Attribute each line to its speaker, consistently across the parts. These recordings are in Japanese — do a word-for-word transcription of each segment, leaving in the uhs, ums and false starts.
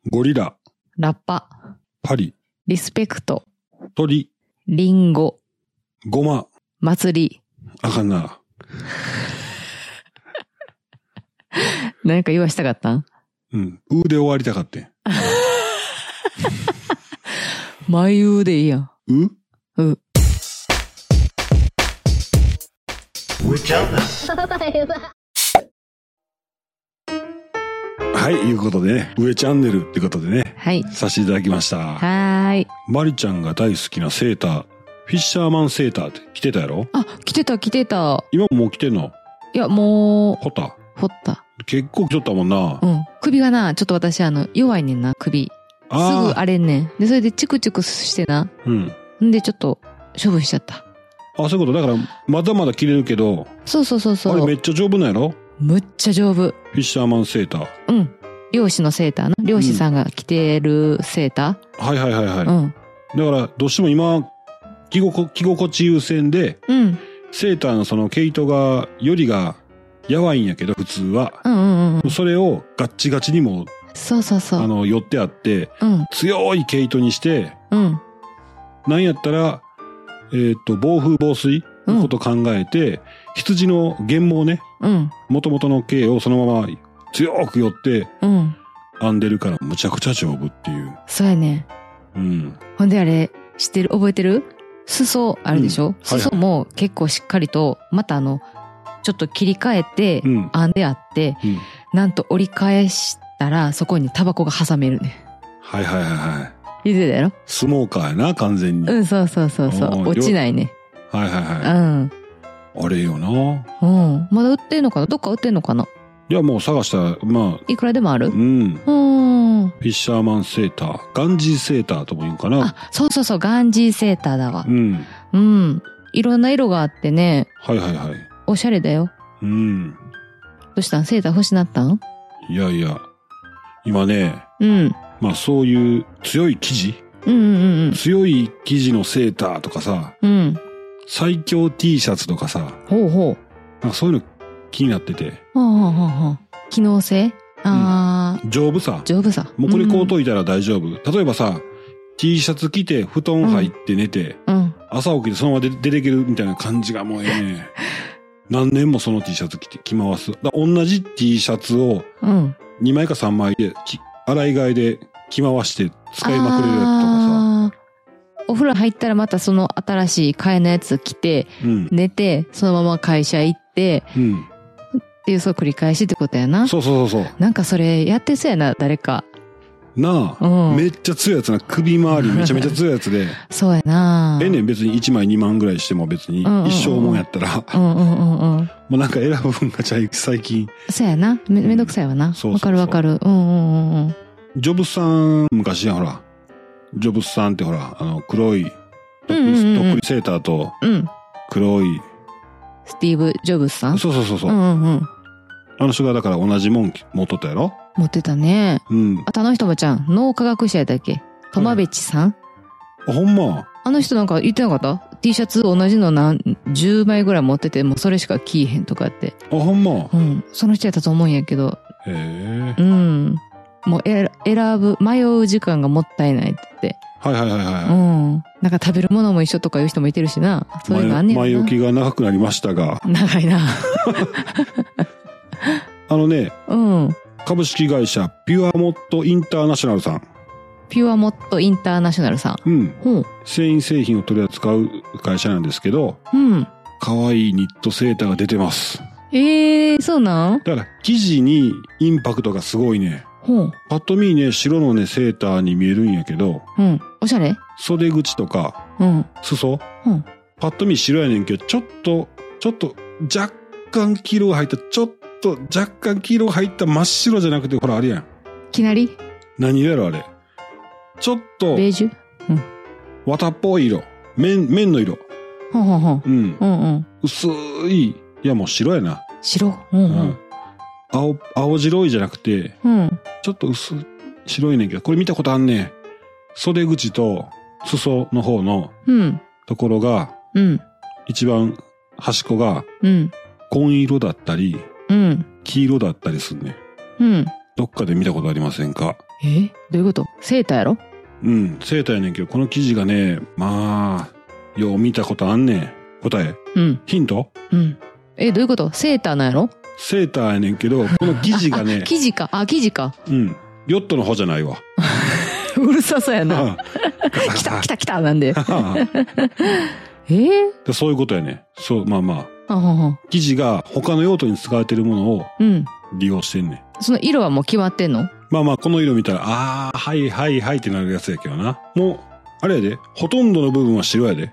Speaker 1: ゴリラ。
Speaker 2: ラッパ。
Speaker 1: パリ。
Speaker 2: リスペクト。
Speaker 1: 鳥。
Speaker 2: リンゴ。
Speaker 1: ゴマ。
Speaker 2: 祭り。
Speaker 1: あかんな。
Speaker 2: 何か言わしたかったん？
Speaker 1: うん。うで終わりたかってん。
Speaker 2: 眉うでいいやん。
Speaker 1: う
Speaker 2: う。
Speaker 1: はい、いうことでね、上チャンネルってことでね、
Speaker 2: はい。
Speaker 1: させていただきました。
Speaker 2: はーい。
Speaker 1: マリちゃんが大好きなセーター、フィッシャーマンセーターって着てたやろ？
Speaker 2: あ、来てた来てた。
Speaker 1: 今もう着てんの？
Speaker 2: いや、もう、
Speaker 1: ほた？
Speaker 2: 掘った。
Speaker 1: 結構着とったもんな。
Speaker 2: うん。首がな、ちょっと私あの、弱いねんな、首。すぐ
Speaker 1: あ
Speaker 2: 荒れんねん。で、それでチクチクしてな。
Speaker 1: うん。
Speaker 2: んで、ちょっと、処分しちゃった。
Speaker 1: あ、そういうこと。だから、まだまだ着れるけど、
Speaker 2: そうそうそうそう。
Speaker 1: あれめっちゃ丈夫なんやろ？
Speaker 2: むっちゃ丈夫。
Speaker 1: フィッシャーマンセーター。
Speaker 2: うん。漁師のセーターな。漁師さんが着てるセーター。
Speaker 1: はいはいはいはい。
Speaker 2: うん。
Speaker 1: だから、どうしても今、着心着心地優先で、
Speaker 2: うん。
Speaker 1: セーターのその毛糸が、よりが、やわいんやけど、普通は。
Speaker 2: うんうんうん。
Speaker 1: それをガッチガチにも、
Speaker 2: そうそうそう。
Speaker 1: あの、寄ってあって、
Speaker 2: うん。
Speaker 1: 強い毛糸にして、
Speaker 2: うん。
Speaker 1: なんやったら、えっと、防風防水のこと考えて、羊の原毛ね、
Speaker 2: うん。
Speaker 1: 元々の毛をそのまま強く寄って
Speaker 2: うん。
Speaker 1: 編んでるからむちゃくちゃ丈夫っていう。
Speaker 2: そうやね。
Speaker 1: うん。
Speaker 2: ほんであれ、知ってる？覚えてる？裾あるでしょ？
Speaker 1: うんはいはい
Speaker 2: 裾も結構しっかりと、またあの、ちょっと切り替えて
Speaker 1: うん、
Speaker 2: 編んであって、
Speaker 1: うん。
Speaker 2: なんと折り返したら、そこにタバコが挟めるね。
Speaker 1: はいはいはいはい。
Speaker 2: 言ってたやろ？
Speaker 1: スモーカーやな、完全に。
Speaker 2: うん、そうそうそうそう。
Speaker 1: おー
Speaker 2: 落ちないね。
Speaker 1: はいはい
Speaker 2: う
Speaker 1: は
Speaker 2: ん。
Speaker 1: い。あれよな。
Speaker 2: うん。まだ売ってんのかな？どっか売ってんのかな？
Speaker 1: いやもう探したら、まあ、
Speaker 2: いくらでもある？
Speaker 1: うん。
Speaker 2: うん。
Speaker 1: フィッシャーマンセーター、ガンジーセーターとも言うかな。
Speaker 2: あ、そうそうそう、ガンジーセーターだわ
Speaker 1: う。ん。
Speaker 2: うん。いろんな色があってね、
Speaker 1: はいはいはい。
Speaker 2: おしゃれだよ。
Speaker 1: うん。
Speaker 2: どうしたん？セーター欲しなったん？
Speaker 1: いやいや、今ね、
Speaker 2: うん。
Speaker 1: まあそういう強い生地、
Speaker 2: うんうんうん
Speaker 1: 強い生地のセーターとかさ、
Speaker 2: うん。うん。
Speaker 1: 最強 T シャツとかさ、
Speaker 2: ほうほう。
Speaker 1: なんかそういうの気になってて、
Speaker 2: はあはあはあはあ。機能性？ああ、
Speaker 1: 丈夫さ。
Speaker 2: 丈夫さ。
Speaker 1: もうこれこうといたら大丈夫。例えばさ、T シャツ着て布団入って寝て、
Speaker 2: うん。うん。
Speaker 1: 朝起きてそのまま出出てけるみたいな感じがもうええね。何年もその T シャツ着て着回す。だ同じ T シャツを
Speaker 2: うん。
Speaker 1: にまいかさんまいでき洗い替えで着回して使いまくれるやつとかさ。
Speaker 2: あーお風呂入ったらまたその新しい替えのやつ着て、
Speaker 1: うん。
Speaker 2: 寝て、そのまま会社行って、
Speaker 1: うん。
Speaker 2: っていうそう繰り返しってことやな。
Speaker 1: そうそうそうそう。
Speaker 2: なんかそれやってそうやな、誰か。
Speaker 1: なあ、
Speaker 2: うん
Speaker 1: めっちゃ強いやつな、首周りめちゃめちゃ強いやつで、
Speaker 2: そうやな。
Speaker 1: ええねん別にいちまいにまんぐらいしても別に
Speaker 2: うんうんうん
Speaker 1: 一生もんやったら、
Speaker 2: うんうんうんうん。
Speaker 1: もうなんか選ぶ分がちゃい最近、
Speaker 2: そうやな。め、めんどくさいわな。
Speaker 1: そうそうそう
Speaker 2: わかるわかる。うんうんうんうん。
Speaker 1: ジョブスさん昔やほら、ジョブスさんってほら、あの黒い、とっくり、
Speaker 2: うんうんうんうん
Speaker 1: とっくりセーターと
Speaker 2: うん。
Speaker 1: 黒い、
Speaker 2: スティーブ・ジョブズさん？
Speaker 1: そうそうそうそう、
Speaker 2: うんうんうん。
Speaker 1: あの人がだから同じもん持っとったやろ？
Speaker 2: 持ってたね。
Speaker 1: うん。
Speaker 2: あとあの人もちゃん、脳科学者やったっけ？友部ちさん？
Speaker 1: あ、ほんま。
Speaker 2: あの人なんか言ってなかった？ T シャツ同じの何、じゅうまいぐらい持ってて、もうそれしか着いへんとかって。
Speaker 1: あ、ほんま。
Speaker 2: うん。その人やったと思うんやけど。
Speaker 1: へえ。
Speaker 2: うん。もうえ選ぶ、迷う時間がもったいないって言って。
Speaker 1: はいはいはいはい。
Speaker 2: うん。なんか食べるものも一緒とかいう人もいてるしな。そういうのあんねんな。
Speaker 1: 前置きが長くなりましたが、
Speaker 2: 長いな。
Speaker 1: あのね、
Speaker 2: うん。
Speaker 1: 株式会社ピュアモットインターナショナルさん。
Speaker 2: ピュアモットインターナショナルさん。
Speaker 1: うん。
Speaker 2: ほう。
Speaker 1: 繊維製品を取り扱う会社なんですけど、
Speaker 2: うん。
Speaker 1: 可愛いニットセーターが出てます。
Speaker 2: ええー、そうなん？
Speaker 1: だから生地にインパクトがすごいね。
Speaker 2: ほう。
Speaker 1: パッと見ね、白のね、セーターに見えるんやけど、
Speaker 2: うん。おしゃれ？
Speaker 1: 袖口とか
Speaker 2: うん。
Speaker 1: 裾、
Speaker 2: うん。
Speaker 1: パッと見白やねんけど、ちょっと、ちょっと若干黄色が入った、ちょっと若干黄色が入った真っ白じゃなくて、ほらあれやん。
Speaker 2: いきなり？
Speaker 1: 何色やろあれ。ちょっと、
Speaker 2: ベージュ？うん。
Speaker 1: 綿っぽい色。綿、綿の色。
Speaker 2: ほうほうほう。
Speaker 1: うん。
Speaker 2: うんうん。
Speaker 1: 薄い。いやもう白やな。
Speaker 2: 白？うんう
Speaker 1: うんん。青、青白いじゃなくて、
Speaker 2: うん。
Speaker 1: ちょっと薄い白いねんけど、これ見たことあんねん。袖口と裾の方の
Speaker 2: うん。
Speaker 1: ところが、
Speaker 2: うん。
Speaker 1: 一番端っこが
Speaker 2: うん。
Speaker 1: 紺色だったり、
Speaker 2: うん。
Speaker 1: 黄色だったりすんねん。
Speaker 2: うん。
Speaker 1: どっかで見たことありませんか？
Speaker 2: えどういうこと？セーターやろ？
Speaker 1: うん、セーターやねんけど、この生地がね、まあ、よう見たことあんねん。答え。
Speaker 2: うん。
Speaker 1: ヒント？
Speaker 2: うん。え、どういうこと？セーターなんやろ？
Speaker 1: セーターやねんけど、この生地がね。
Speaker 2: 生地か。あ、生地か。
Speaker 1: うん。ヨットの方じゃないわ。
Speaker 2: うるさそうやな。来た来た来たなんで。えー、
Speaker 1: でそういうことやね。そう、まあまあ。
Speaker 2: あはは
Speaker 1: 生地が他の用途に使われてるものを利用してんねん。うん、
Speaker 2: その色はもう決まってんの？
Speaker 1: まあまあ、この色見たら、ああ、はいはいはいってなるやつやけどな。もう、あれやで、ほとんどの部分は白やで。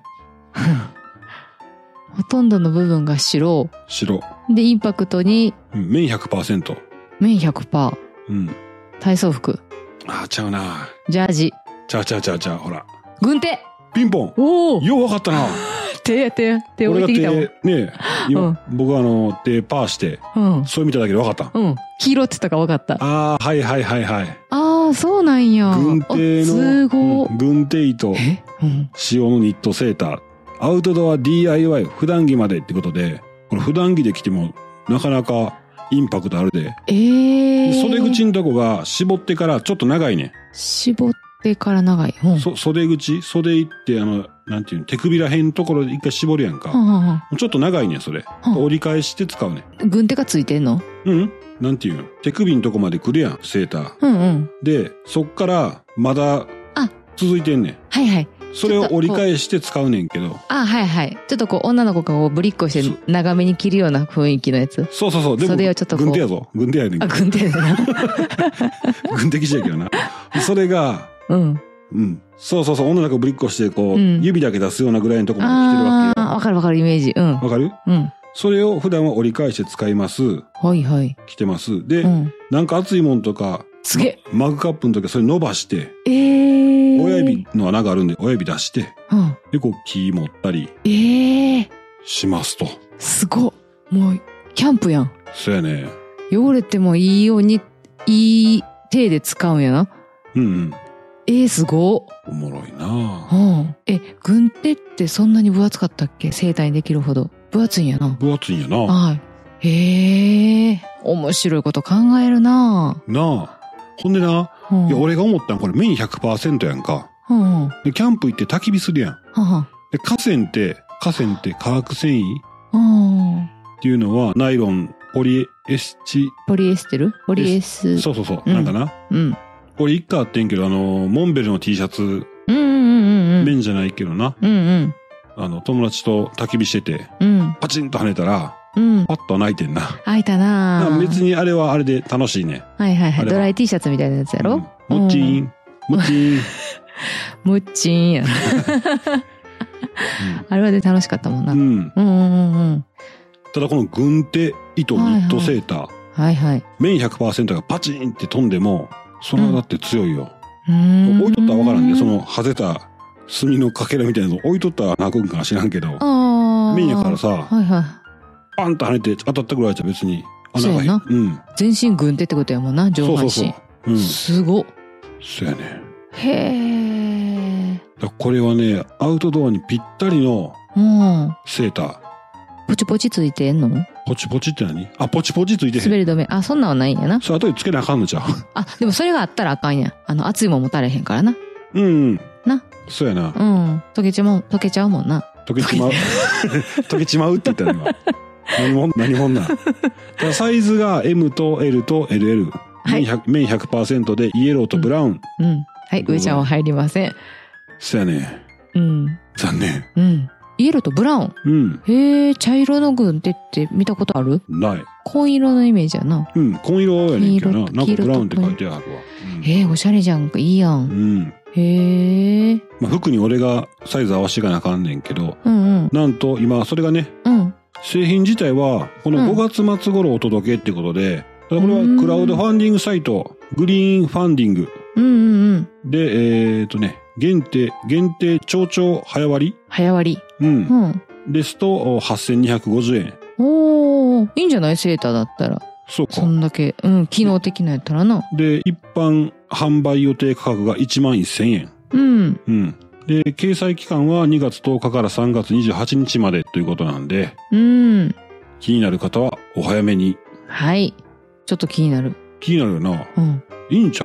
Speaker 2: ほとんどの部分が白。
Speaker 1: 白。
Speaker 2: で、インパクトに。
Speaker 1: うん、綿 ひゃくパーセント。
Speaker 2: 綿 ひゃくパーセント。
Speaker 1: うん。
Speaker 2: 体操服。
Speaker 1: ああ、ちゃうな。
Speaker 2: ジャージ。
Speaker 1: ちゃうちゃうちゃうちゃう、ほら。
Speaker 2: 軍手。
Speaker 1: ピンポン。
Speaker 2: おお。
Speaker 1: ようわかったな。
Speaker 2: 手や手や。手置いてきたもん。
Speaker 1: 俺が手、ね今、うん、僕はあの、手パーして、うん。それ見ただけでわかった。
Speaker 2: うん。黄色って言ったかわかった。
Speaker 1: ああ、はいはいはいはい。
Speaker 2: ああ、そうなんや。
Speaker 1: 軍手の、
Speaker 2: すごい、
Speaker 1: うん。軍手糸。えうん。使用のニットセーター。アウトドア ディーアイワイ 普段着までってことで、これ普段着で着ても、なかなかインパクトあるで。ええー。袖口のとこが絞ってからちょっと長いね。
Speaker 2: 絞ってから長い。うん、
Speaker 1: そ、袖口袖行って、あの、なんていうの、手首らへんのところで一回絞るやんか。はんはんはんちょっと長いねん、それ。はん折り返して使うね
Speaker 2: ん。軍手がついてんの？
Speaker 1: うん。なんていうの、手首のとこまで来るやん、セーター。うんうん。で、そっから、まだ、続いてんねん。
Speaker 2: はいはい。
Speaker 1: それを折り返して使うねんけど。
Speaker 2: あ、はいはい。ちょっとこう、女の子がこう、ぶりっこして長めに着るような雰囲気のやつ。
Speaker 1: そうそうそう。でも、袖をちょっとこう。軍手やぞ。軍手やねんけど。
Speaker 2: あ、軍手やな。
Speaker 1: 軍手生地やけどな。それが、うん。うん。そうそうそう。女の子ぶりっこして、こう、うん、指だけ出すようなぐらいのところまで来てるわけよ。
Speaker 2: ああ、わかるわかる、イメージ。うん。
Speaker 1: わかる？うん。それを普段は折り返して使います。
Speaker 2: はいはい。
Speaker 1: 着てます。で、うん、なんか熱いもんとか、
Speaker 2: すげえ、
Speaker 1: ま、マグカップの時はそれ伸ばして、
Speaker 2: えー、
Speaker 1: 親指の穴があるんで、親指出して、うん、で、こう、木持ったり、えー、しますと。
Speaker 2: すごっ。もう、キャンプやん。
Speaker 1: そうやね。
Speaker 2: 汚れてもいいように、いい手で使うんやな。うんうん。えー、すごっ。
Speaker 1: おもろいなぁ。
Speaker 2: うん。え、軍手ってそんなに分厚かったっけ？セーターにできるほど。分厚いんやな。
Speaker 1: 分厚いんやな。
Speaker 2: はい。へえ、面白いこと考えるなぁ。
Speaker 1: なあ。ほんでな、うん、いや、俺が思ったんこれ綿 ひゃくパーセント やんか。うんうん、で、キャンプ行って焚き火するやん。うんうん、で、河川って、河川って化学繊維、うん、っていうのは、ナイロン、ポリエスチ。
Speaker 2: ポリエステルポリエス。
Speaker 1: そうそうそう。うん、なんかな。うん。俺一回あってんけど、あの、モンベルの T シャツ。うんうんうんうん。綿じゃないけどな。うんうん。あの、友達と焚き火してて、うん、パチンと跳ねたら、うん、パッと泣いてんな。
Speaker 2: 開いたなぁ。
Speaker 1: 別にあれはあれで楽しいね。
Speaker 2: はいはいはい。ドライ T シャツみたいなやつやろ、
Speaker 1: うん、もっちーん。もっちーん。
Speaker 2: もっちーんや。うん、あれはで楽しかったもんな。うん。うんうんうん。
Speaker 1: ただこの軍手、糸、ニットセーター。はいはい。綿 ひゃくパーセント がパチンって飛んでも、それはだって強いよ。うん、置いとったらわからんね。その、はぜた墨のかけらみたいなの置いとったら泣くんかな知らんけど。綿やからさ、はいはい。パンと跳ねて当たったぐらいじゃ別に穴がいい。うん。
Speaker 2: 全身軍手ってことやもんな、上半身。そうそうそう。うん。すごっ。
Speaker 1: そうやね。
Speaker 2: へえ。
Speaker 1: これはね、アウトドアにぴったりのセーター。
Speaker 2: ポチポチついてんの？
Speaker 1: ポチポチって何？あ、ポチポチついてへん。
Speaker 2: 滑り止め。あ、そんなんはないんやな。
Speaker 1: そう、後でつけなあかんのじゃん。
Speaker 2: あ、でもそれがあったらあかんやん。あの、熱いもん持たれへんからな。
Speaker 1: うん、うん。
Speaker 2: な。
Speaker 1: そうやな。
Speaker 2: うん。溶けちまう、溶けちゃうもんな。
Speaker 1: 溶けちまう。溶けちまうって言ったら今。何もん、何もんな。サイズが エム と エル と エルエル。はい。綿 ひゃくパーセント でイエローとブラウン。
Speaker 2: うん。うん、はい。上ちゃんは入りません。
Speaker 1: そうやね。うん。残念。
Speaker 2: うん。イエローとブラウン。うん。へえ、茶色の軍手って見たことある？
Speaker 1: ない。
Speaker 2: 紺色のイメージやな。
Speaker 1: うん、紺色やねんけどな。なんかブラウンって書いてあるわ。
Speaker 2: うん、へえ、おしゃれじゃん。いいやん。うん。へえ。
Speaker 1: まあ、服に俺がサイズ合わせていかなあかんねんけど、うんうん。なんと今、それがね、うん。製品自体は、このごがつ末頃お届けってことで、うん、これはクラウドファンディングサイト、グリーンファンディング。うんうんうん。で、えっとね、限定、限定超々早割
Speaker 2: 早割
Speaker 1: うん。うん。ですと、はっせんにひゃくごじゅうえん。
Speaker 2: おー、いいんじゃない？セーターだったら。
Speaker 1: そうか。
Speaker 2: そんだけ、うん、機能的なやったらな。
Speaker 1: で、一般販売予定価格がいちまんせんえん。うん。うん。で、掲載期間はにがつとおかからさんがつにじゅうはちにちまでということなんで、うん。気になる方はお早めに。
Speaker 2: はい。ちょっと気になる。
Speaker 1: 気になるよな。うん。いいんちゃう？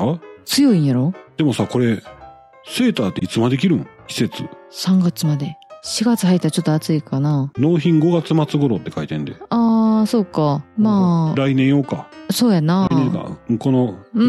Speaker 2: 強いんやろ？
Speaker 1: でもさ、これ、セーターっていつまで着るん？季節。
Speaker 2: さんがつまで。しがつ入ったらちょっと暑いかな。
Speaker 1: 納品ごがつ末頃って書いてんで。
Speaker 2: ああ、そうか。まあ。
Speaker 1: 来年用か。
Speaker 2: そうやな。
Speaker 1: 来年か。この、
Speaker 2: うん。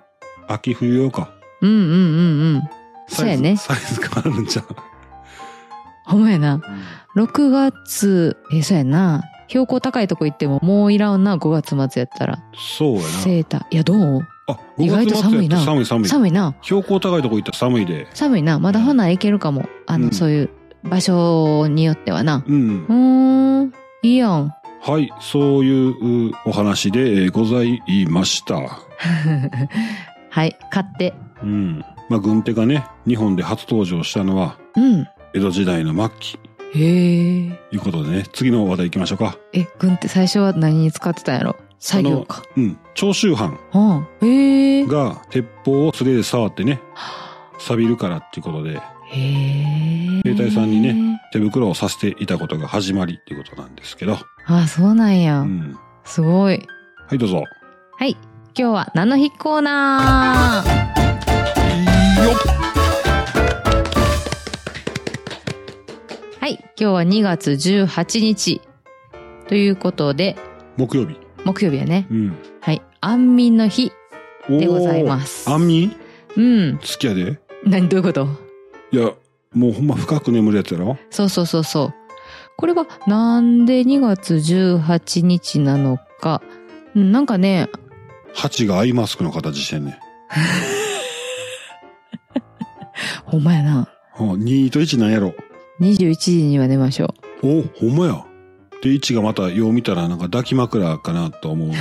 Speaker 1: 秋冬用か。
Speaker 2: うんうんうんうん。そうやね。
Speaker 1: サイズ変わるんちゃう？
Speaker 2: ほんまやな。ろくがつ、え、そうやな。標高高いとこ行ってももういらんな、ごがつ末やったら。
Speaker 1: そうやな。
Speaker 2: セーター。いや、どう？
Speaker 1: あ、意外と寒いな。寒い寒い。
Speaker 2: 寒いな。
Speaker 1: 標高高いとこ行ったら寒いで。
Speaker 2: 寒いな。まだほな行けるかも。あの、うん、そういう場所によってはな。
Speaker 1: うん。
Speaker 2: うーん。いいやん。
Speaker 1: はい。そういうお話でございました。
Speaker 2: はい。買って。
Speaker 1: うん。まあ、軍手がね、日本で初登場したのは、
Speaker 2: うん。
Speaker 1: 江戸時代の末期。
Speaker 2: へえ。
Speaker 1: いうことでね、次の話題行きましょうか。
Speaker 2: え、軍手最初は何に使ってたんやろ？作業か。
Speaker 1: うん。長州藩が鉄砲を素手で触ってね、錆びるからっていうことで、
Speaker 2: へ
Speaker 1: 兵隊さんにね、手袋をさせていたことが始まりっていうことなんですけど。
Speaker 2: あ、そうなんや。
Speaker 1: うん。
Speaker 2: すごい。
Speaker 1: はい、どうぞ。
Speaker 2: はい。今日は何の日コーナー？よっ。はい。今日はにがつじゅうはちにち。ということで。
Speaker 1: 木曜日。
Speaker 2: 木曜日やね。
Speaker 1: うん。
Speaker 2: はい。安眠の日でございます。
Speaker 1: 安眠？
Speaker 2: うん。
Speaker 1: 好きやで。
Speaker 2: 何、どういうこと？
Speaker 1: いや、もうほんま深く眠るやつやろ？
Speaker 2: そうそうそうそう。これはなんでにがつじゅうはちにちなのか。なんかね。
Speaker 1: はちがアイマスクの形してんね。
Speaker 2: ほんまやな。
Speaker 1: にといちなんやろ？
Speaker 2: にじゅういちじには寝ましょ
Speaker 1: う。お、ほんまや。で、いちがまたよう見たらなんか抱き枕かなと思う。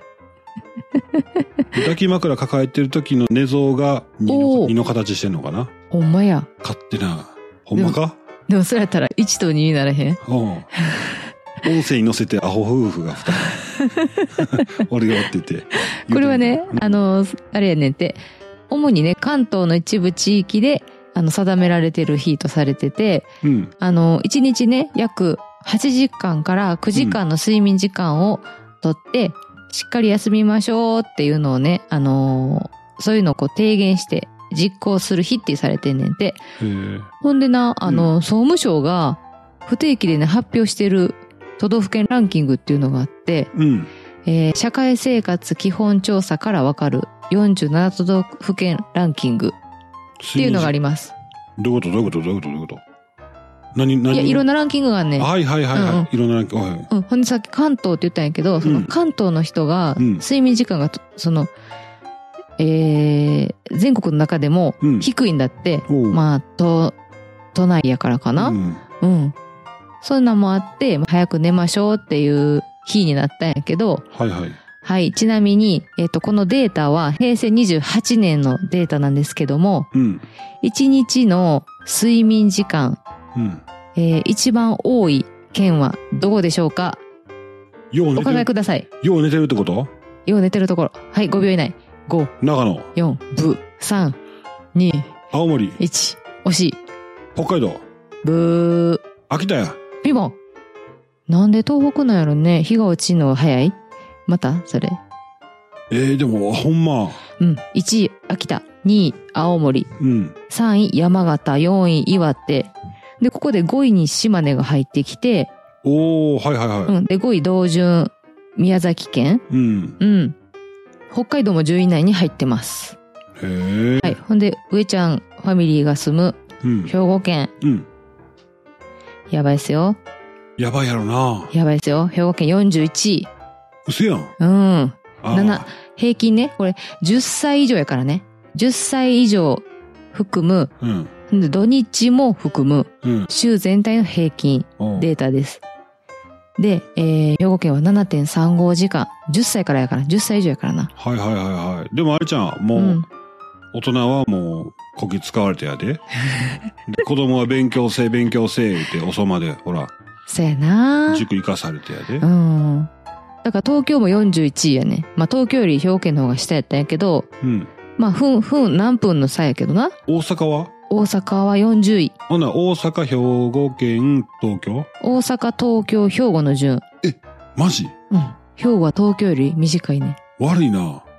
Speaker 1: 抱き枕抱えてる時の寝相がにの、にの形してんのかな？
Speaker 2: ほんまや。
Speaker 1: 勝手な。ほんまか？
Speaker 2: でもそれやったらいちとににならへん？うん。
Speaker 1: 音声に乗せてアホ夫婦がふたり。俺がおってて。
Speaker 2: これはね、うん、あの、あれやねんって、主にね、関東の一部地域で、あの、定められてる日とされてて、うん、あの、いちにちね、約はちじかんからくじかんの睡眠時間をとって、うん、しっかり休みましょうっていうのをね、あのー、そういうのをこう提言して実行する日ってされてんねんて。ほんでな、あの、うん、総務省が不定期でね、発表してる都道府県ランキングっていうのがあって、うん、えー、社会生活基本調査からわかるよんじゅうなな都道府県ランキングっていうのがあります。
Speaker 1: どういうことどういうことどういうことどういうこと何何
Speaker 2: いや、いろんなランキングがあるね。
Speaker 1: はいはいはいはい。うんうん、いろんなランキング。はい、
Speaker 2: うん。ほんでさっき関東って言ったんやけど、その関東の人が、睡眠時間が、その、えー、全国の中でも低いんだって。うん、まあ、都、都内やからかな。うん。うん。そんなもあって、早く寝ましょうっていう日になったんやけど、
Speaker 1: はいはい。
Speaker 2: はい。ちなみに、えっと、このデータはへいせいにじゅうはちねんのデータなんですけども、うん、いちにちの睡眠時間、うん、えー、一番多い県はどこでしょうか？
Speaker 1: よう寝てる。
Speaker 2: お考えください。
Speaker 1: よう寝てるってこと？
Speaker 2: よう寝てるところ。はい、ごびょう以内。ご。
Speaker 1: 長野。
Speaker 2: よん。ぶ。さん。に。
Speaker 1: 青森。
Speaker 2: いち。惜しい。
Speaker 1: 北海道。
Speaker 2: ぶ
Speaker 1: ー。秋田や。
Speaker 2: ピンポン。なんで東北なんやろね。日が落ちるのが早い？またそれ。
Speaker 1: えー、でも、ほんま。
Speaker 2: うん。いちい、秋田。にい、青森。うん。さんい、山形。よんい、岩手。で、ここでごいに島根が入ってきて。
Speaker 1: おー、はいはいはい。
Speaker 2: うん。で、ごい同順、宮崎県。うん。うん。北海道もじゅうい以内に入ってます。
Speaker 1: へー。
Speaker 2: はい。ほんで、上ちゃんファミリーが住む、うん、兵庫県。うん。やばいっすよ。
Speaker 1: やばいやろな。
Speaker 2: やばいっすよ。兵庫県よんじゅういちい。
Speaker 1: 嘘やん。
Speaker 2: うん。なな、平均ね、これじゅっさい以上やからね。じゅっさい以上含む、うん、土日も含む、うん、週全体の平均データです。で、えー、兵庫県は ななてんさんご 時間。じゅっさいからやから、じゅっさい以上やからな。
Speaker 1: はいはいはいはい。でもあれちゃん、もう、うん、大人はもう、こき使われてやで。で子供は勉強せ、勉強せ、言って遅まで、ほら。
Speaker 2: そうやな。
Speaker 1: 塾行かされてやで。
Speaker 2: うん。だから東京もよんじゅういちいやね。まあ東京より兵庫県の方が下やったんやけど、うん。まあ、ふん、ふん、何分の差やけどな。
Speaker 1: 大阪は？
Speaker 2: 大阪はよんじゅうい。
Speaker 1: ほな、大阪、兵庫県、東京？
Speaker 2: 大阪、東京、兵庫の順。
Speaker 1: え、マジ？
Speaker 2: うん。兵庫は東京より短いね。
Speaker 1: 悪いな。
Speaker 2: あ、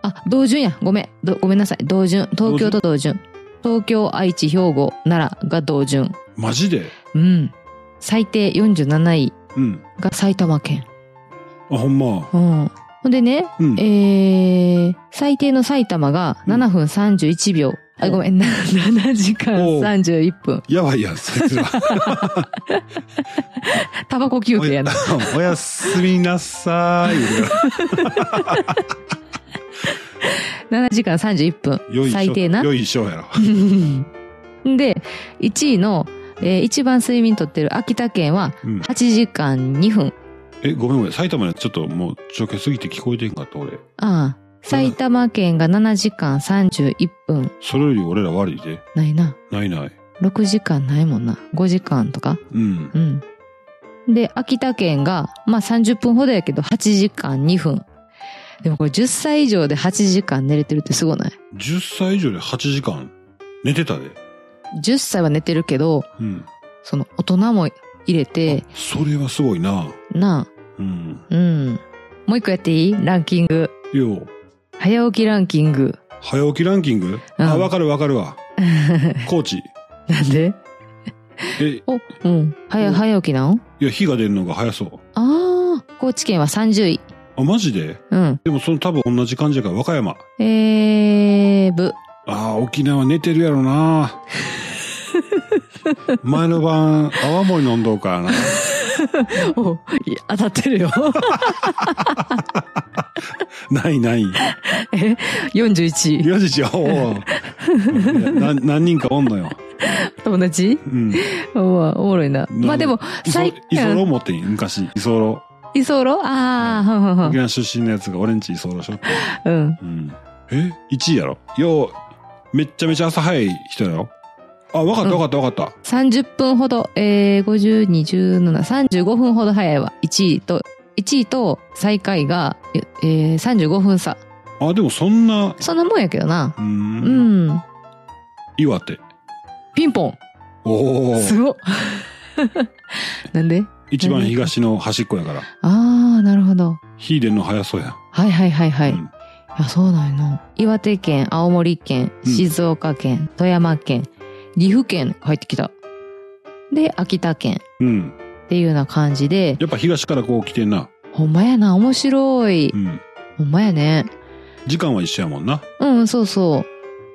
Speaker 2: あ、同順や。ごめん。どごめんなさい。同順。東京と同順。東京、愛知、兵庫、奈良が同順。
Speaker 1: マジで？
Speaker 2: うん。最低よんじゅうなないが埼玉県。
Speaker 1: うん、あ、ほんま。
Speaker 2: うん。ほんでね、うん、えー、最低の埼玉がななふんさんじゅういちびょう。うん、あ、ごめん、ななじかんさんじゅういっぷん。
Speaker 1: やばいやん、そいつら。
Speaker 2: タバコ休憩やな。
Speaker 1: おやすみなさーい。
Speaker 2: ななじかんさんじゅういっぷん。最低な。
Speaker 1: よいしょや
Speaker 2: ろ。で、いちいの、えー、一番睡眠とってる秋田県ははちじかんにふん。うん、
Speaker 1: え、ごめんごめん。埼玉でちょっともうちょけすぎて聞こえてんかった、俺。
Speaker 2: ああ。埼玉県がななじかんさんじゅういっぷん。
Speaker 1: それより俺ら悪いで。
Speaker 2: ないな。
Speaker 1: ないない。
Speaker 2: ろくじかんないもんな。ごじかんとか。
Speaker 1: うん。
Speaker 2: うん。で、秋田県が、まあさんじゅっぷんほどやけどはちじかんにふん。でもこれじゅっさい以上ではちじかん寝れてるってすごない？
Speaker 1: じゅっ 歳以上ではちじかん寝てたで。
Speaker 2: じゅっさいは寝てるけど、うん、その大人も入れて。
Speaker 1: それはすごいな。
Speaker 2: なあ。
Speaker 1: うん。
Speaker 2: うん。もう一個やっていい？ランキング。
Speaker 1: よ。
Speaker 2: 早起きランキング。
Speaker 1: 早起きランキング、うん、あ、わかるわかるわ。高知。
Speaker 2: なんで？
Speaker 1: え、
Speaker 2: お、うん。早、早起きなの？
Speaker 1: いや、日が出るのが早そう。
Speaker 2: ああ、高知県はさんじゅうい。
Speaker 1: あ、マジで？
Speaker 2: うん。
Speaker 1: でもその多分同じ感じやから、和歌山。
Speaker 2: えー、ぶ。
Speaker 1: ああ、沖縄寝てるやろな。前の晩、泡盛飲んどうからな。
Speaker 2: お、いや、当たってるよ。
Speaker 1: ないない。
Speaker 2: え ?よんじゅういち。
Speaker 1: よんじゅういち、おお。何人かおんのよ。
Speaker 2: 友達？うん。おおもろいな。まあでも、
Speaker 1: 最近。居候持ってん、昔。居候。
Speaker 2: 居候？ああ、はんはんはん。
Speaker 1: 沖縄出身のやつが俺んち居候しょって。
Speaker 2: うん。う
Speaker 1: ん。え ?いち 位やろ？よう、めっちゃめちゃ朝早い人やろ？あ、わかったわかったわかった。
Speaker 2: さんじゅっぷんほど、えー、ごじゅう、にじゅうなな、さんじゅうごふんほど早いわ。いちいと、いちいと最下位が、えー、さんじゅうごふん差。
Speaker 1: あ、でもそんな。
Speaker 2: そんなもんやけどな。
Speaker 1: うーん。うん。岩手。
Speaker 2: ピンポン。
Speaker 1: おー。
Speaker 2: すごっ。なんで？
Speaker 1: 一番東の端っこやから。
Speaker 2: あー、なるほど。
Speaker 1: 火出んの早そうや。
Speaker 2: はいはいはいはい。うん、いや、そうなんやな。岩手県、青森県、静岡県、うん、富山県、岐阜県入ってきた。で、秋田県。うん。っていうような感じで。
Speaker 1: やっぱ東からこう来てんな。
Speaker 2: ほんまやな、面白い。うん。ほんまやね。
Speaker 1: 時間は一緒やもんな。
Speaker 2: うん、そうそう。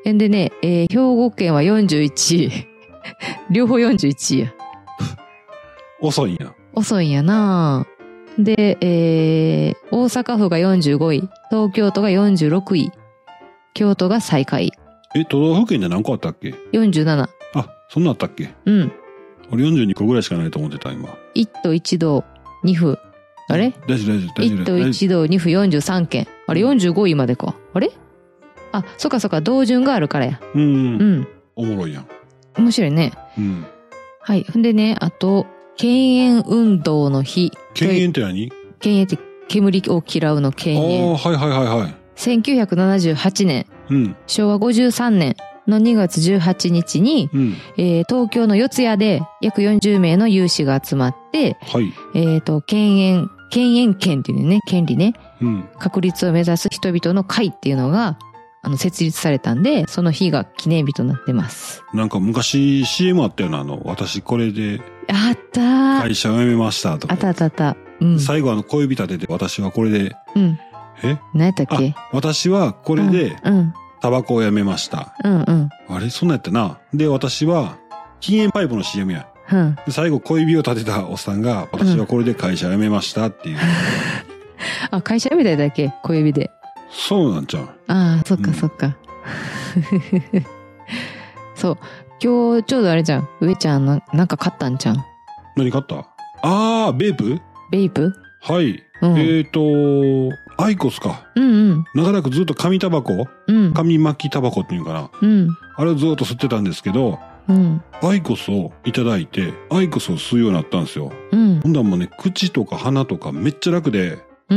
Speaker 2: んでね、えー、兵庫県はよんじゅういちい。両方よんじゅういちいや。
Speaker 1: 遅いんや。
Speaker 2: 遅いんやな。で、えー、大阪府がよんじゅうごい。東京都がよんじゅうろくい。京都が最下位。
Speaker 1: え、都道府県で何個あったっけ？
Speaker 2: よんじゅうなな。
Speaker 1: あ、そんなあったっけ？
Speaker 2: うん。
Speaker 1: 俺よんじゅうにこぐらいしかないと思ってた、今。
Speaker 2: 一都一道二府。あれ？
Speaker 1: 大丈夫大丈夫大丈夫。
Speaker 2: 一都一道二府よんじゅうさんけん。あれよんじゅうごいまでか。あれ？あ、そっかそっか、同順があるからや。
Speaker 1: うん。うん。おもろいやん。
Speaker 2: 面白いね。
Speaker 1: うん。
Speaker 2: はい。んでね、あと、禁煙運動の日。
Speaker 1: 禁煙って何？
Speaker 2: 禁煙って煙を嫌うの禁煙。
Speaker 1: ああ、はいはいはいはい。
Speaker 2: せんきゅうひゃくななじゅうはちねん。うん。しょうわごじゅうさんねんのにがつじゅうはちにちに、うん、えー、東京の四谷で約よんじゅうめいの有志が集まって、はい。えっと、禁煙、禁煙権っていうね、権利ね。うん。確立を目指す人々の会っていうのが、あの、設立されたんで、その日が記念日となってます。
Speaker 1: なんか昔 シーエム あったよな、あの、私これで。
Speaker 2: あったー。
Speaker 1: 会社を辞めましたとか。
Speaker 2: あったあったあった。うん。
Speaker 1: 最後あの、小指立てて私はこれで。
Speaker 2: うん。
Speaker 1: え？
Speaker 2: 何やったっけ？
Speaker 1: 私はこれで、うん。タバコをやめました。
Speaker 2: うんうん。
Speaker 1: あれそんなんやったな。で、私は、禁煙パイプの シーエム や。
Speaker 2: うん。
Speaker 1: で、最後小指を立てたおっさんが、私はこれで会社を辞めましたっていう。うん、
Speaker 2: あ、会社辞めただけ？小指で。
Speaker 1: そうなんちゃう。
Speaker 2: ああ、そっかそっか。うん、そう。今日ちょうどあれじゃん。上ちゃんな、なんか買ったんじゃん。
Speaker 1: 何買った？あー、ベープ？
Speaker 2: ベープ？
Speaker 1: はい。うん、えっ、ー、と、アイコスか。
Speaker 2: うんうん。
Speaker 1: 長らくずっと紙タバコ、うん、紙巻きタバコっていうかな。
Speaker 2: うん。
Speaker 1: あれをずっと吸ってたんですけど、
Speaker 2: うん。
Speaker 1: アイコスをいただいて、アイコスを吸うようになったんですよ。
Speaker 2: うん。
Speaker 1: ほんだらもうね、口とか鼻とかめっちゃ楽で、
Speaker 2: うん。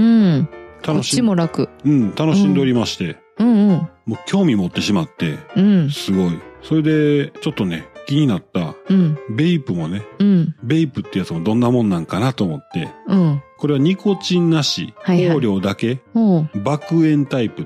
Speaker 1: 楽し
Speaker 2: こっちも楽。
Speaker 1: うん、楽しんでおりまして。
Speaker 2: うん、うん、うん。
Speaker 1: もう興味持ってしまって、
Speaker 2: うん。
Speaker 1: すごい。それで、ちょっとね、気になった、うん。ベイプもね、
Speaker 2: うん。
Speaker 1: ベイプってやつもどんなもんなんかなと思って、
Speaker 2: うん。
Speaker 1: これはニコチンなし、香料だけ、
Speaker 2: うん。
Speaker 1: 爆煙タイプと、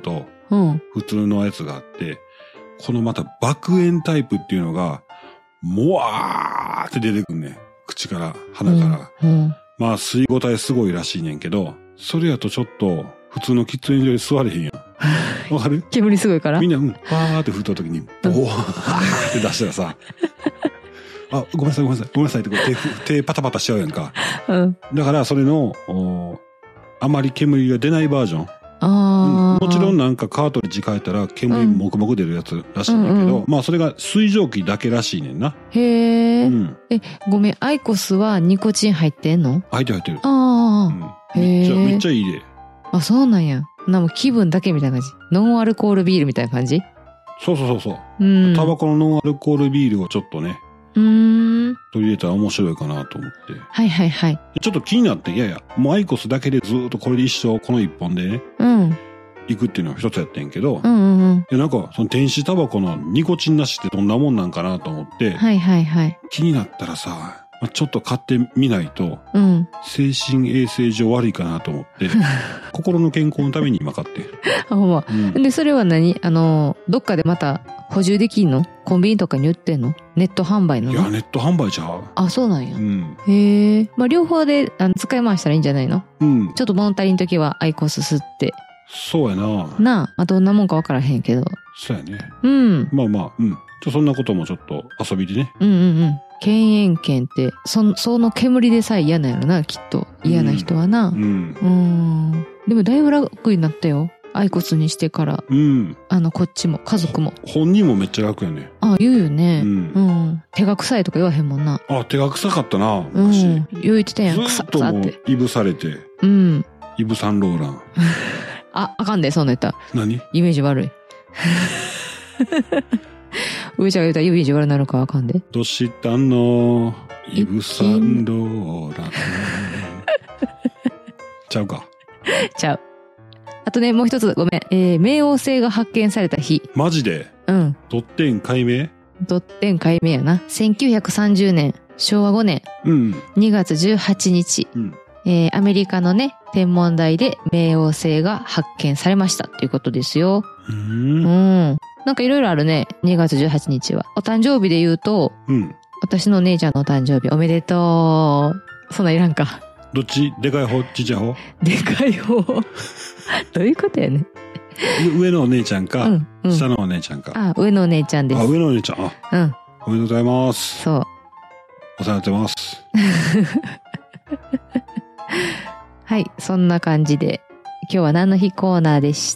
Speaker 2: うん、
Speaker 1: 普通のやつがあって、このまた爆炎タイプっていうのが、もわーって出てくんねん。口から、鼻から。うんうん、まあ、吸い応えすごいらしいねんけど、それやとちょっと、普通の喫煙所に座れへんやん。わかる？
Speaker 2: 煙すごいから？
Speaker 1: みんな、うん、わーって振った時に、ボーって出したらさ、あ、ごめんなさいごめんなさい、ごめんなさいってこう手、手パタパタしちゃうやんか。うん、だから、それの、あまり煙が出ないバージョン。あうん、もちろんなんかカートリッジ変えたら煙もくもく出るやつらしいんだけど、うんうんうん、まあそれが水蒸気だけらしいねんな。
Speaker 2: へー。うん、え、ごめん、アイコスはニコチン入ってんの？
Speaker 1: 入ってる入ってる。
Speaker 2: ああ、
Speaker 1: うん、めっちゃ、めっちゃいいで。
Speaker 2: あ、そうなんや。なも気分だけみたいな感じ。ノンアルコールビールみたいな感じ？
Speaker 1: そうそうそうそう。うん。タバコのノンアルコールビールをちょっとね。うーん。取り入れたら面白いかなと思って。
Speaker 2: はいはいはい。
Speaker 1: ちょっと気になって、いやいや、もうアイコスだけでずっとこれで一生この一本でね。うん。行くっていうのは一つやってんけど。うんうんうん。いやなんか、その電子タバコのニコチンなしってどんなもんなんかなと思って。はいはいはい。気になったらさ、ちょっと買ってみないと、うん、精神衛生上悪いかなと思って、心の健康のために今買ってる。
Speaker 2: あ、ほんま。うん、で、それは何？あの、どっかでまた補充できんの？コンビニとかに売ってんの？ネット販売なの？
Speaker 1: いや、ネット販売じゃう。
Speaker 2: あ、そうなんや。うん、へえ。まあ、両方であの使い回したらいいんじゃないの？うん。ちょっと物足りんときはアイコス吸って。
Speaker 1: そうやな。
Speaker 2: なあ、まあ、どんなもんかわからへんけど。
Speaker 1: そうやね。うん。まあまあ、うん。じゃそんなこともちょっと遊びでね。
Speaker 2: うんうんうん。犬猿犬って、そ、その煙でさえ嫌なんやろな、きっと。嫌な人はな。うん。うん。でもだいぶ楽になったよ。アイコスにしてから。うん。あの、こっちも、家族も。
Speaker 1: 本人もめっちゃ楽やね。
Speaker 2: ああ、言うよね。うん。うん。手が臭いとか言わへんもんな。
Speaker 1: あ、手が臭かったな、昔。うん。
Speaker 2: 言ってたやん、
Speaker 1: 臭っ臭って。いぶされて。うん。イブサンローラン。
Speaker 2: あ、あかんで、そんな言ったら。
Speaker 1: 何？
Speaker 2: イメージ悪い。上ちゃんが言うたらイメージ悪なるかあかんで。
Speaker 1: どしたのイブサンローラン。ちゃうか。
Speaker 2: ちゃう。あとね、もう一つごめん。えー、冥王星が発見された日。
Speaker 1: マジで？うん。ドッテン解明？
Speaker 2: ドッテン解明やな。せんきゅうひゃくさんじゅうねん、しょうわごねん。うん。にがつじゅうはちにち。うん。えー、アメリカのね、天文台で冥王星が発見されましたということですよ。うーん。うん。なんかいろいろあるね。にがつじゅうはちにちは。お誕生日で言うと、うん。私の姉ちゃんのお誕生日おめでとう。そんなんいらんか。
Speaker 1: どっち？でかい方？ちっちゃい方？
Speaker 2: でかい方。どういうことやね。
Speaker 1: 上のお姉ちゃんか、うんうん、下のお姉ちゃんか。
Speaker 2: あ、上のお姉ちゃんです。
Speaker 1: あ、上のお姉ちゃん。あ、うん。おめでとうございます。そう。お世話になってます。
Speaker 2: はい、そんな感じで、今日は何の日コーナーでした。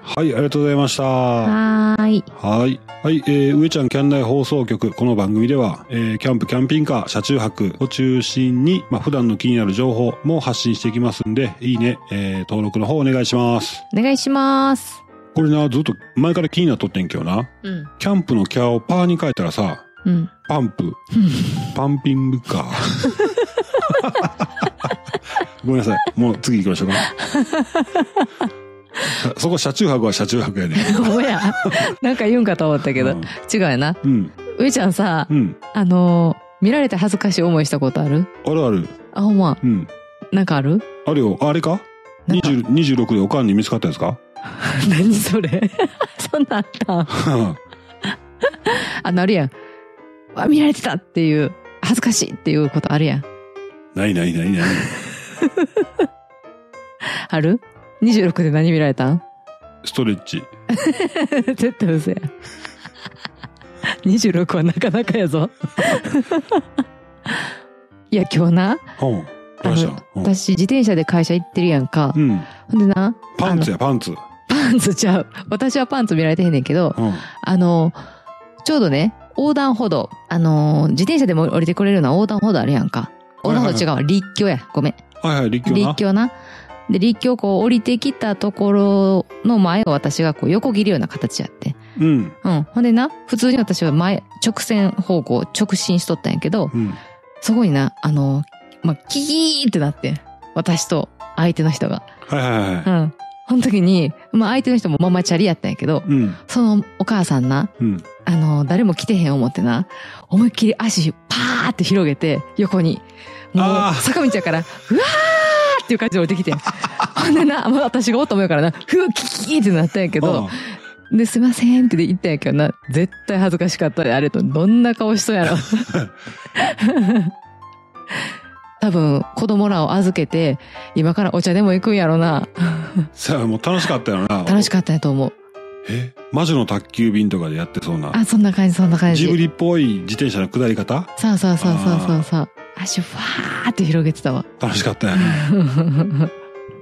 Speaker 1: はい、ありがとうございました。
Speaker 2: はーい。
Speaker 1: はい。はい、えー、上ちゃんキャン内放送局、この番組では、えー、キャンプ、キャンピングカー、車中泊を中心に、まあ、普段の気になる情報も発信していきますんで、いいね、えー、登録の方お願いします。
Speaker 2: お願いします。こ
Speaker 1: れな、ずっと前から気になっとってんけどな。うん。キャンプのキャーをパーに変えたらさ、うん。パンプ。パンピングカー。ごめんなさい。もう次行きましょうか。そこ車中泊は車中泊やね。
Speaker 2: ごめんや。なんか言うんかと思ったけど、うん、違うやな。うん。上ちゃんさ、うん、あのー、見られて恥ずかしい思いしたことある？
Speaker 1: あるある。
Speaker 2: あ、ほんま。うん。なんかある？
Speaker 1: あるよ。あれか？にじゅう、にじゅうろくでおかんに見つかったやつか？
Speaker 2: 何それ？そんなんあったあ、なるやん。あ、見られてたっていう、恥ずかしいっていうことあるやん。
Speaker 1: ないないないない。
Speaker 2: ある？ にじゅうろく で何見られたん？
Speaker 1: ストレッチ。
Speaker 2: 絶対嘘や。にじゅうろくはなかなかやぞ。いや、今日な。うん。あの、私、自転車で会社行ってるやんか。うん。ほんでな。
Speaker 1: パンツや、パンツ。
Speaker 2: パンツちゃう。私はパンツ見られてへんねんけど、うん、あの、ちょうどね、横断歩道。あの、自転車でも降りてこれるような横断歩道あるやんか。横断歩道違うわ。立橋や。ごめん。
Speaker 1: はいはい、立橋な。
Speaker 2: 立橋な。で、立橋こう降りてきたところの前を私がこう横切るような形やって。うん。うん。ほんでな、普通に私は前、直線方向、直進しとったんやけど、うん、そこにな、あの、まあ、キーってなって、私と相手の人が。
Speaker 1: はいはいはい。うん。
Speaker 2: その時に、まあ相手の人もママチャリやったんやけど、うん、そのお母さんな、うん、あの、誰も来てへん思ってな、思いっきり足パーって広げて、横に。もう、坂道やから、うわーっていう感じで降りてきて。 ほんでな、まあ、私がおったもんやからな、ふう、キキーってなったんやけど、で、すいませんって言ったんやけどな、絶対恥ずかしかったで、あれと、どんな顔しそうやろ。多分、子供らを預けて、今からお茶でも行くんやろな。
Speaker 1: さあ、もう楽しかったよな。
Speaker 2: 楽しかったやと思う。
Speaker 1: え魔女の宅急便とかでやってそうな。
Speaker 2: あ、そんな感じ、そんな感じ。
Speaker 1: ジブリっぽい自転車の下り方？
Speaker 2: そうそうそうそうそうそう。足ファーって広げてたわ。
Speaker 1: 楽しかったよね。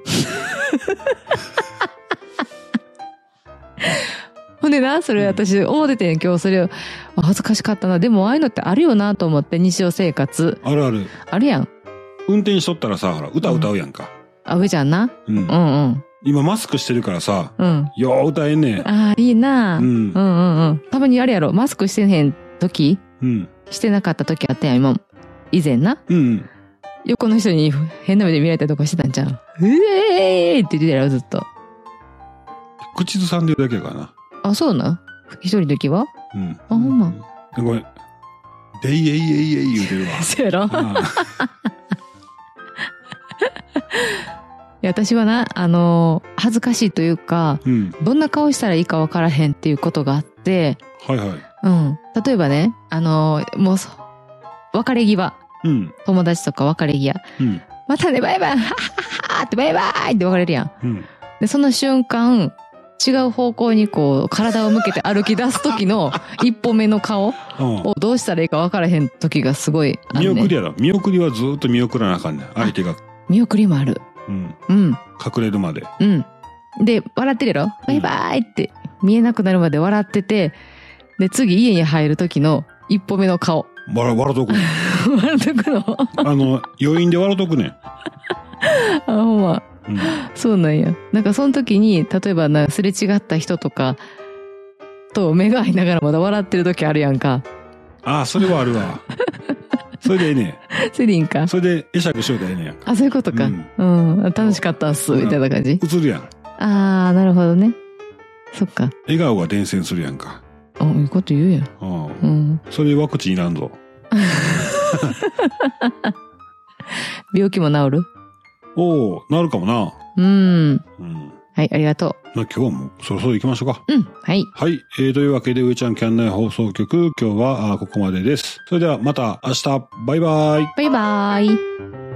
Speaker 2: ほんでな、それ私思っててん、今日それを、恥ずかしかったな。でもああいうのってあるよなと思って、日常生活。
Speaker 1: あるある。
Speaker 2: あるやん。
Speaker 1: 運転しとったらさ、ほら、歌歌うやんか。
Speaker 2: うん、あ、上ちゃんな。うん。うんうん。今
Speaker 1: マスクしてるからさ、うん。よう歌えんねん。
Speaker 2: ああ、いいな、うん。うんうんうん。たまにあれやろ、マスクしてへん時、うん。してなかった時あったやん、今。以前な。うん。横の人に変な目で見られたりとかしてたんじゃん。うえーって言ってたよ、ずっと。
Speaker 1: 口ずさんでるだけやからな。
Speaker 2: あ、そうな一人の時はうん。あ、ほんま。
Speaker 1: ごめん。でいえいえいえい言うてるわ。
Speaker 2: そうやろいや私はな、あのー、恥ずかしいというか、うん、どんな顔したらいいか分からへんっていうことがあって、はいはい。うん。例えばね、あのー、もう、別れ際。うん。友達とか別れ際。うん。またね、バイバイはっはっはってバイバイって別れるやん。うん。で、その瞬間、違う方向にこう、体を向けて歩き出す時の一歩目の顔をどうしたらいいか分からへん時がすごいある、ね。見
Speaker 1: 送りやろ。見送りはずっと見送らなあかんねん。相手が。
Speaker 2: 見送りもある。うん。
Speaker 1: うん。隠れるまで。
Speaker 2: うん。で、笑ってるやろバイバイって見えなくなるまで笑ってて、で、次家に入る時の一歩目の顔。
Speaker 1: 笑、笑うとく。
Speaker 2: 笑うとくの
Speaker 1: あの、余韻で笑うとくねん。
Speaker 2: あ、ほんま。うん、そうなんや。なんかその時に、例えばな、すれ違った人とかと目が合いながらまだ笑ってる時あるやんか。
Speaker 1: ああ、それはあるわ。それでええね
Speaker 2: ん。それでいいんか。
Speaker 1: それで会釈しようとええねんやんか。
Speaker 2: あ、そういうことか。うん。うん、楽しかったっす、みたいな感じ。
Speaker 1: 映るやん。
Speaker 2: ああ、なるほどね。そっか。
Speaker 1: 笑顔が伝染するやんか。
Speaker 2: あ、いいこと言うやん。
Speaker 1: ああ。うん。それでワクチンいらんぞ。
Speaker 2: 病気も治る？
Speaker 1: おお、治るかもな。
Speaker 2: うん。うん。はい、ありがと
Speaker 1: う。まあ、今日はもうそろそろ行きましょうか。
Speaker 2: うん、はい。
Speaker 1: はい。えー、というわけで、上ちゃんキャン内放送局、今日はあここまでです。それではまた明日、バイバイ。
Speaker 2: バイバイ。